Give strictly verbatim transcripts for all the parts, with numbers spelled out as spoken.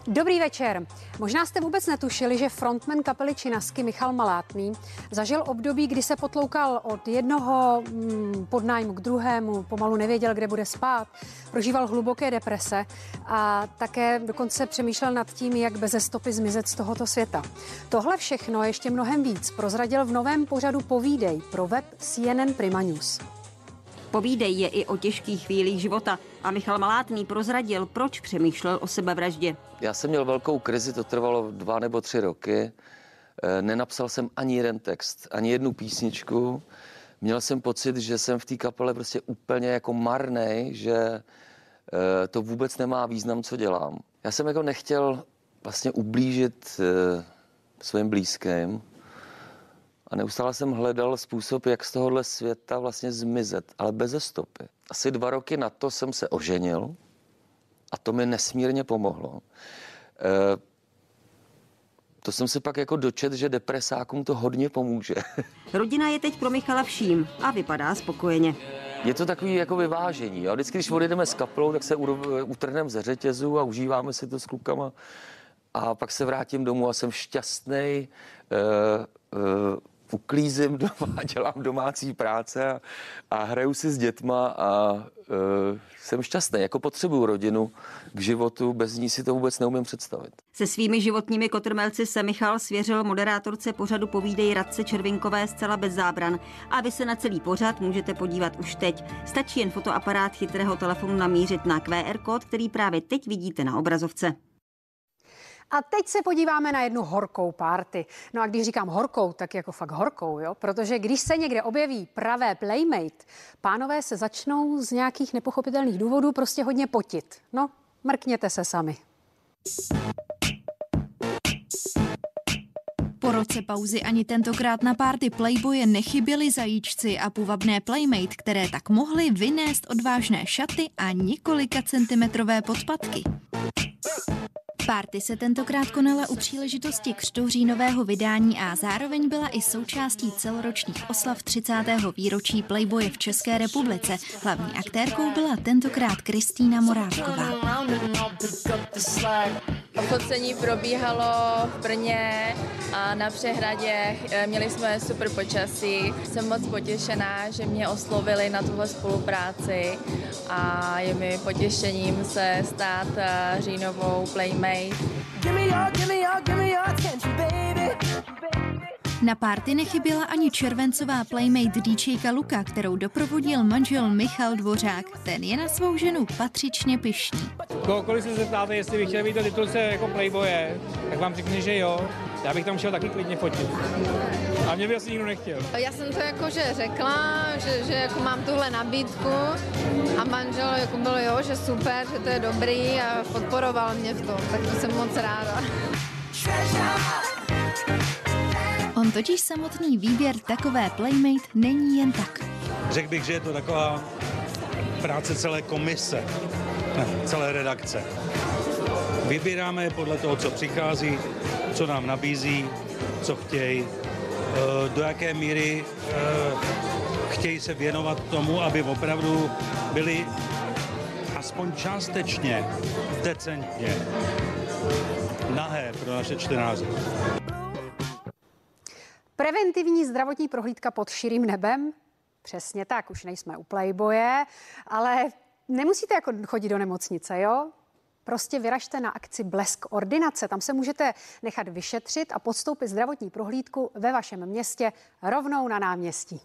Dobrý večer. Možná jste vůbec netušili, že frontman kapely Činasky Michal Malátný zažil období, kdy se potloukal od jednoho mm, podnájmu k druhému, pomalu nevěděl, kde bude spát, prožíval hluboké deprese a také dokonce přemýšlel nad tím, jak beze stopy zmizet z tohoto světa. Tohle všechno ještě mnohem víc prozradil v novém pořadu Povídej pro web C N N Prima News. Povídej je i o těžkých chvílích života a Michal Malátný prozradil, proč přemýšlel o sebevraždě. Já jsem měl velkou krizi, to trvalo dva nebo tři roky. Nenapsal jsem ani jeden text, ani jednu písničku. Měl jsem pocit, že jsem v té kapele prostě úplně jako marnej, že to vůbec nemá význam, co dělám. Já jsem jako nechtěl vlastně ublížit svým blízkým. A neustále jsem hledal způsob, jak z tohohle světa vlastně zmizet, ale beze stopy. Asi dva roky na to jsem se oženil a to mi nesmírně pomohlo. E, to jsem si pak jako dočet, že depresákům to hodně pomůže. Rodina je teď pro Michala vším a vypadá spokojeně. Je to takový jako vyvážení. Jo? Vždycky, když odjedeme s kaplou, tak se utrhneme ze řetězu a užíváme si to s klukama. A pak se vrátím domů a jsem šťastný. E, e, uklízím doma, dělám domácí práce a, a hraju si s dětma a uh, jsem šťastný. Jako potřebuju rodinu k životu, bez ní si to vůbec neumím představit. Se svými životními kotrmelci se Michal svěřil moderátorce pořadu Povídej Radce Červinkové zcela bez zábran. A vy se na celý pořad můžete podívat už teď. Stačí jen fotoaparát chytrého telefonu namířit na Q R kód, který právě teď vidíte na obrazovce. A teď se podíváme na jednu horkou party. No a když říkám horkou, tak jako fakt horkou, jo? Protože když se někde objeví pravé playmate, pánové se začnou z nějakých nepochopitelných důvodů prostě hodně potit. No, mrkněte se sami. Po roce pauzy ani tentokrát na party Playboye nechyběli zajíčci a půvabné playmate, které tak mohly vynést odvážné šaty a několika centimetrové podpatky. Party se tentokrát konala u příležitosti křtu říjnového vydání a zároveň byla i součástí celoročních oslav třicátého výročí Playboye v České republice. Hlavní aktérkou byla tentokrát Kristýna Morávková. Focení probíhalo v Brně a na Přehradě. Měli jsme super počasí. Jsem moc potěšená, že mě oslovili na tuhle spolupráci a je mi potěšením se stát říjnovou playmate. Na party nechyběla ani červencová playmate DJka Luka, kterou doprovodil manžel Michal Dvořák. Ten je na svou ženu patřičně pyšný. Kohokoliv se zeptáte, jestli bych chtěl mít to titulce jako Playboye, tak vám řekne, že jo. Já bych tam šel taky klidně fotit. A mě by asi nikdo nechtěl. Já jsem to jakože řekla, že, že jako mám tuhle nabídku a manžel jako byl jo, že super, že to je dobrý a podporoval mě v tom, tak to jsem moc ráda. On totiž samotný výběr takové playmate není jen tak. Řekl bych, že je to taková práce celé komise, ne, celé redakce. Vybíráme je podle toho, co přichází, co nám nabízí, co chtějí, do jaké míry chtějí se věnovat tomu, aby opravdu byli aspoň částečně, decentně nahé pro naše čtenáře. Preventivní zdravotní prohlídka pod širým nebem? Přesně tak, už nejsme u Playboye, ale nemusíte jako chodit do nemocnice, jo? Prostě vyražte na akci Blesk ordinace. Tam se můžete nechat vyšetřit a podstoupit zdravotní prohlídku ve vašem městě rovnou na náměstí.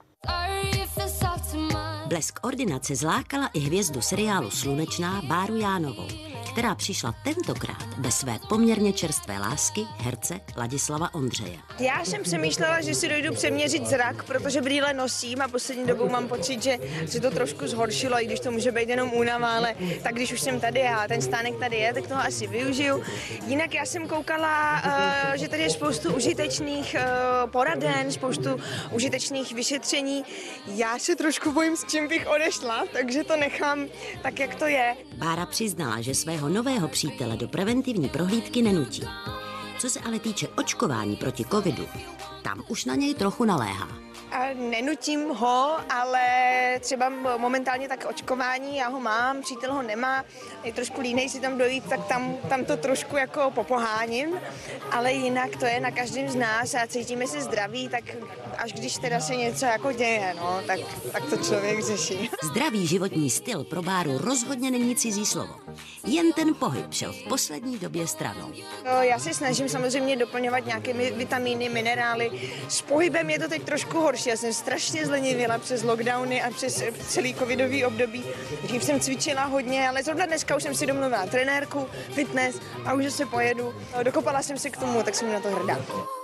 Blesk ordinace zlákala i hvězdu seriálu Slunečná Báru Jánovou, která přišla tentokrát bez své poměrně čerstvé lásky, herce Ladislava Ondřeje. Já jsem přemýšlela, že si dojdu přeměřit zrak, protože brýle nosím a poslední dobou mám pocit, že se to trošku zhoršilo, i když to může být jenom únava, ale tak když už jsem tady a ten stánek tady je, tak toho asi využiju. Jinak já jsem koukala, že tady je spoustu užitečných poraden, spoustu užitečných vyšetření. Já se trošku bojím, s čím bych odešla, takže to nechám tak, jak to je. Bára přiznala, že svého nového přítele do preventivní prohlídky nenutí. Co se ale týče očkování proti covidu, tam už na něj trochu naléhá. a nenutím ho, ale třeba momentálně tak očkování, já ho mám, přítel ho nemá, je trošku línej si tam dojít, tak tam, tam to trošku jako popoháním, ale jinak to je na každém z nás a cítíme se zdraví, tak až když teda se něco jako děje, no, tak, tak to člověk řeší. Zdravý životní styl pro Báru rozhodně není cizí slovo. Jen ten pohyb šel v poslední době stranou. No, já se snažím samozřejmě doplňovat nějakými vitamíny, minerály. S pohybem je to teď trošku horší. Já jsem strašně zlenivěla přes lockdowny a přes celý covidový období. Dřív jsem cvičila hodně, ale zrovna dneska už jsem si domluvila trenérku, fitness a už se pojedu. Dokopala jsem se k tomu, tak jsem na to hrdá.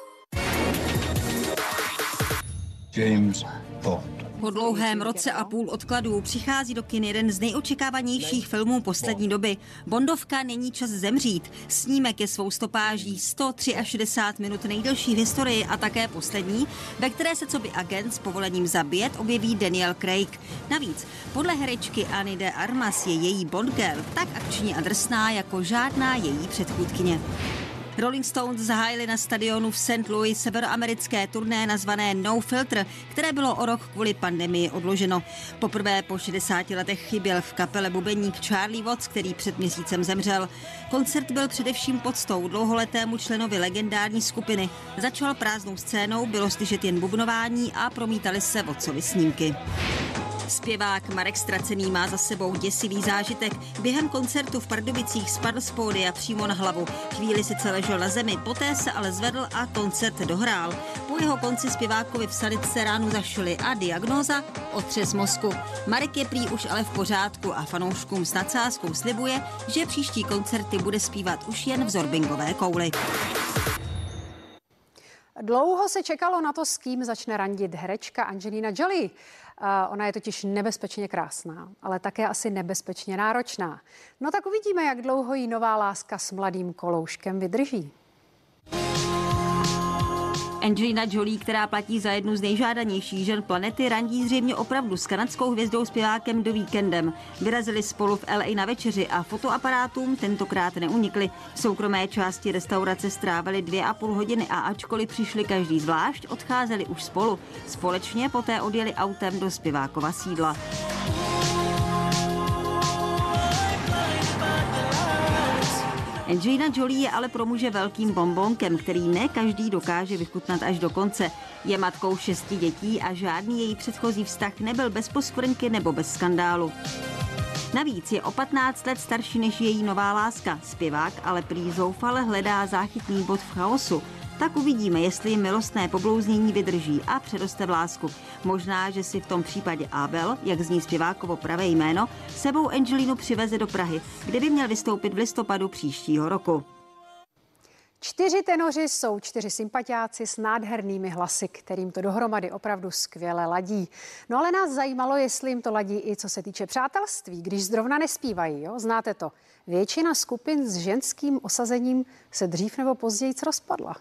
James Bond. Po dlouhém roce a půl odkladů přichází do kin jeden z nejočekávanějších filmů poslední doby. Bondovka Není čas zemřít. Snímek je svou stopáží sto šedesát tři minut nejdelší v historii a také poslední, ve které se coby agent s povolením zabíjet objeví Daniel Craig. Navíc podle herečky Anny de Armas je její Bond girl tak akční a drsná jako žádná její předchůdkyně. Rolling Stones zahájili na stadionu v Saint Louis severoamerické turné nazvané No Filter, které bylo o rok kvůli pandemii odloženo. Poprvé po šedesáti letech chyběl v kapele bubeník Charlie Watts, který před měsícem zemřel. Koncert byl především poctou dlouholetému členovi legendární skupiny. Začal prázdnou scénou, bylo slyšet jen bubnování a promítali se Wattsovy snímky. Zpěvák Marek Stracený má za sebou děsivý zážitek. Během koncertu v Pardubicích spadl z pódia přímo na hlavu. Chvíli sice ležel na zemi, poté se ale zvedl a koncert dohrál. Po jeho konci zpěvákovi v sanitce ránu zašili a diagnóza otřes mozku. Marek je prý už ale v pořádku a fanouškům s nadsázkou slibuje, že příští koncerty bude zpívat už jen v zorbingové kouli. Dlouho se čekalo na to, s kým začne randit herečka Angelina Jolie. Ona je totiž nebezpečně krásná, ale také asi nebezpečně náročná. No tak uvidíme, jak dlouho jí nová láska s mladým kolouškem vydrží. Angelina Jolie, která platí za jednu z nejžádanějších žen planety, randí zřejmě opravdu s kanadskou hvězdou zpěvákem The Weekndem. Vyrazili spolu v L A na večeři a fotoaparátům tentokrát neunikli. V soukromé části restaurace strávili dvě a půl hodiny a ačkoliv přišli každý zvlášť, odcházeli už spolu. Společně poté odjeli autem do zpěvákova sídla. Angelina Jolie je ale pro muže velkým bonbonkem, který ne každý dokáže vychutnat až do konce. Je matkou šesti dětí a žádný její předchozí vztah nebyl bez poskvrnky nebo bez skandálu. Navíc je o patnáct let starší než její nová láska. Zpěvák ale prý zoufale hledá záchytný bod v chaosu. Tak uvidíme, jestli jim milostné poblouznění vydrží a přeroste v lásku. Možná, že si v tom případě Abel, jak zní zpěvákovo pravé jméno, sebou Angelinu přiveze do Prahy, kde by měl vystoupit v listopadu příštího roku. Čtyři tenoři jsou čtyři sympatiáci s nádhernými hlasy, kterým to dohromady opravdu skvěle ladí. No ale nás zajímalo, jestli jim to ladí i co se týče přátelství, když zrovna nespívají, jo? Znáte to. Většina skupin s ženským osazením se dřív nebo později rozpadla.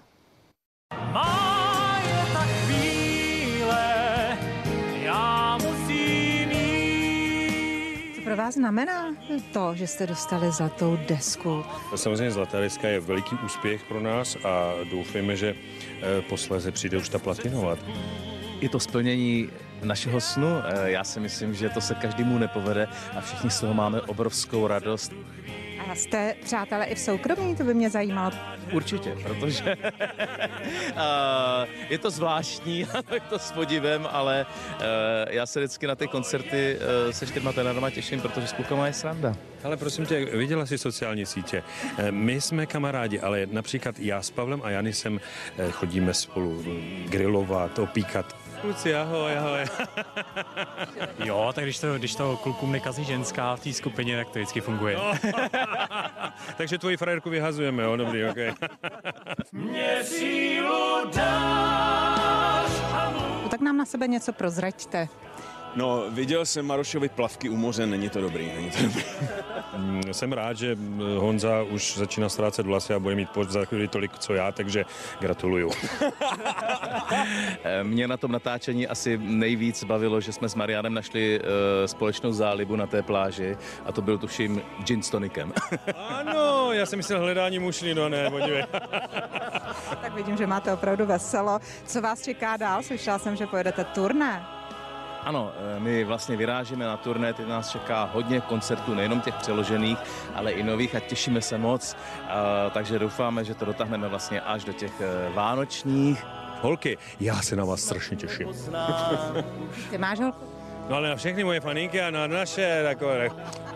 Má je ta chvíle, já musím jít. Co pro vás znamená to, že jste dostali zlatou desku? Samozřejmě zlatá deska je veliký úspěch pro nás a doufejme, že posléze přijde už ta platinová. Je to splnění našeho snu. Já si myslím, že to se každému nepovede a všichni z toho máme obrovskou radost. A jste přátelé i v soukromí? To by mě zajímalo. Určitě, protože je to zvláštní, je to s podivem, ale já se vždycky na ty koncerty se čtyřma tenorama těším, protože s klukama je sranda. Ale prosím tě, viděla jsi sociální sítě. My jsme kamarádi, ale například já s Pavlem a Janisem chodíme spolu grilovat, opíkat. Kluci, ahoj, ahoj. Jo, tak když to, když to klukům nekazí ženská v té skupině, tak to vždycky funguje. No. Takže tvoji frajerku vyhazujeme, jo, dobrý, okej. Mně sílu dáš a no, tak nám na sebe něco prozraďte. No, viděl jsem Marošovi plavky u moře, není to dobrý, není to dobrý. Jsem rád, že Honza už začíná ztrácet vlasy a bude mít za chvíli tolik, co já, takže gratuluju. Mě na tom natáčení asi nejvíc bavilo, že jsme s Marianem našli uh, společnou zálibu na té pláži a to byl tuším gin s tonikem. Ano, já jsem myslel hledání mušlí, no ne, podívej. Tak vidím, že máte opravdu veselo. Co vás čeká dál? Slyšela jsem, že pojedete turné. Ano, my vlastně vyrážíme na turné, teď nás čeká hodně koncertů, nejenom těch přeložených, ale i nových a těšíme se moc, takže doufáme, že to dotáhneme vlastně až do těch vánočních. Holky, já se na vás strašně těším. Ty máš holku? No ale na všechny moje faninky a na naše takové.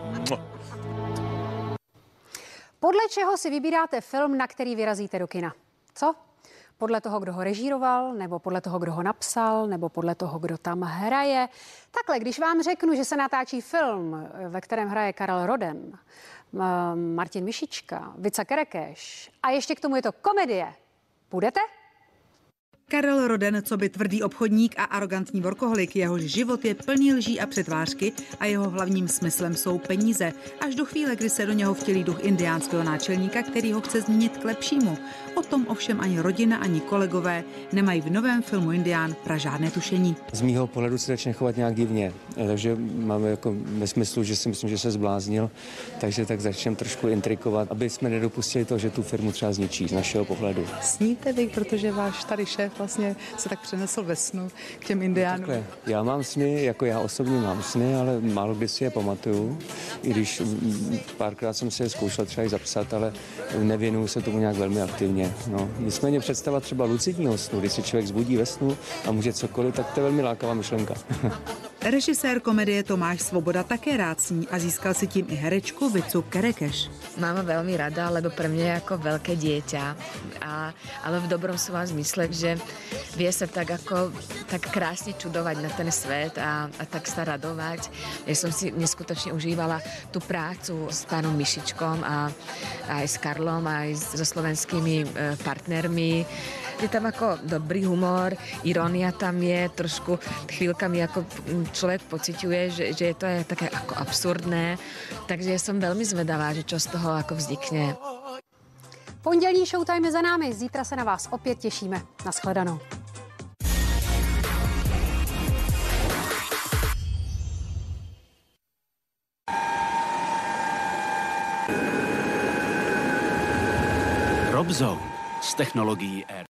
Podle čeho si vybíráte film, na který vyrazíte do kina? Co? Podle toho, kdo ho režíroval, nebo podle toho, kdo ho napsal, nebo podle toho, kdo tam hraje. Takhle, když vám řeknu, že se natáčí film, ve kterém hraje Karel Roden, Martin Mišička, Vica Kerekeš a ještě k tomu je to komedie, půjdete? Karel Roden, co by tvrdý obchodník a arrogantní workoholik, jehož život je plný lží a přetvářky a jeho hlavním smyslem jsou peníze. Až do chvíle, kdy se do něho vtělí duch indiánského náčelníka, který ho chce změnit k lepšímu. O tom ovšem ani rodina, ani kolegové nemají v novém filmu Indián pra žádné tušení. Z mýho pohledu se začne chovat nějak divně, takže máme jako ve smyslu, že si myslím, že se zbláznil, takže tak začneme trošku intrikovat, aby jsme nedopustili to, že tu firmu třeba zničí z našeho pohledu. Sníte vy, protože váš tady šéf vlastně se tak přenesl ve snu k těm indiánům. Takhle. Já mám sny, jako já osobně mám sny, ale málo kdy si je pamatuju. I když párkrát jsem si je zkoušel třeba i zapsat, ale nevěnuju se tomu nějak velmi aktivně. No. Nicméně představa třeba lucidního snu, kdy se člověk zbudí ve snu a může cokoliv, tak to je velmi lákavá myšlenka. Režisér komedie Tomáš Svoboda také rád sní a získal si tím i herečku Vicu Kerekeš. Mám ho veľmi rada, lebo pre mňa je ako veľké dieťa, a, ale v dobrom slova zmysle, že vie sa tak ako tak krásne čudovať na ten svet a, a tak sa radovať. Ja som si neskutočne užívala tú prácu s pánom Mišičkom a aj s Karlom, aj so slovenskými partnermi. Je tam ako dobrý humor, irónia tam je, trošku chvíľkami ako človek pociťuje, že, že je to je také ako absurdné. Takže ja som veľmi zvedavá, že čo z toho ako vznikne. Pondělní Showtime je za námi, zítra se na vás opět těšíme. Naschledanou. Robzone s technologií R.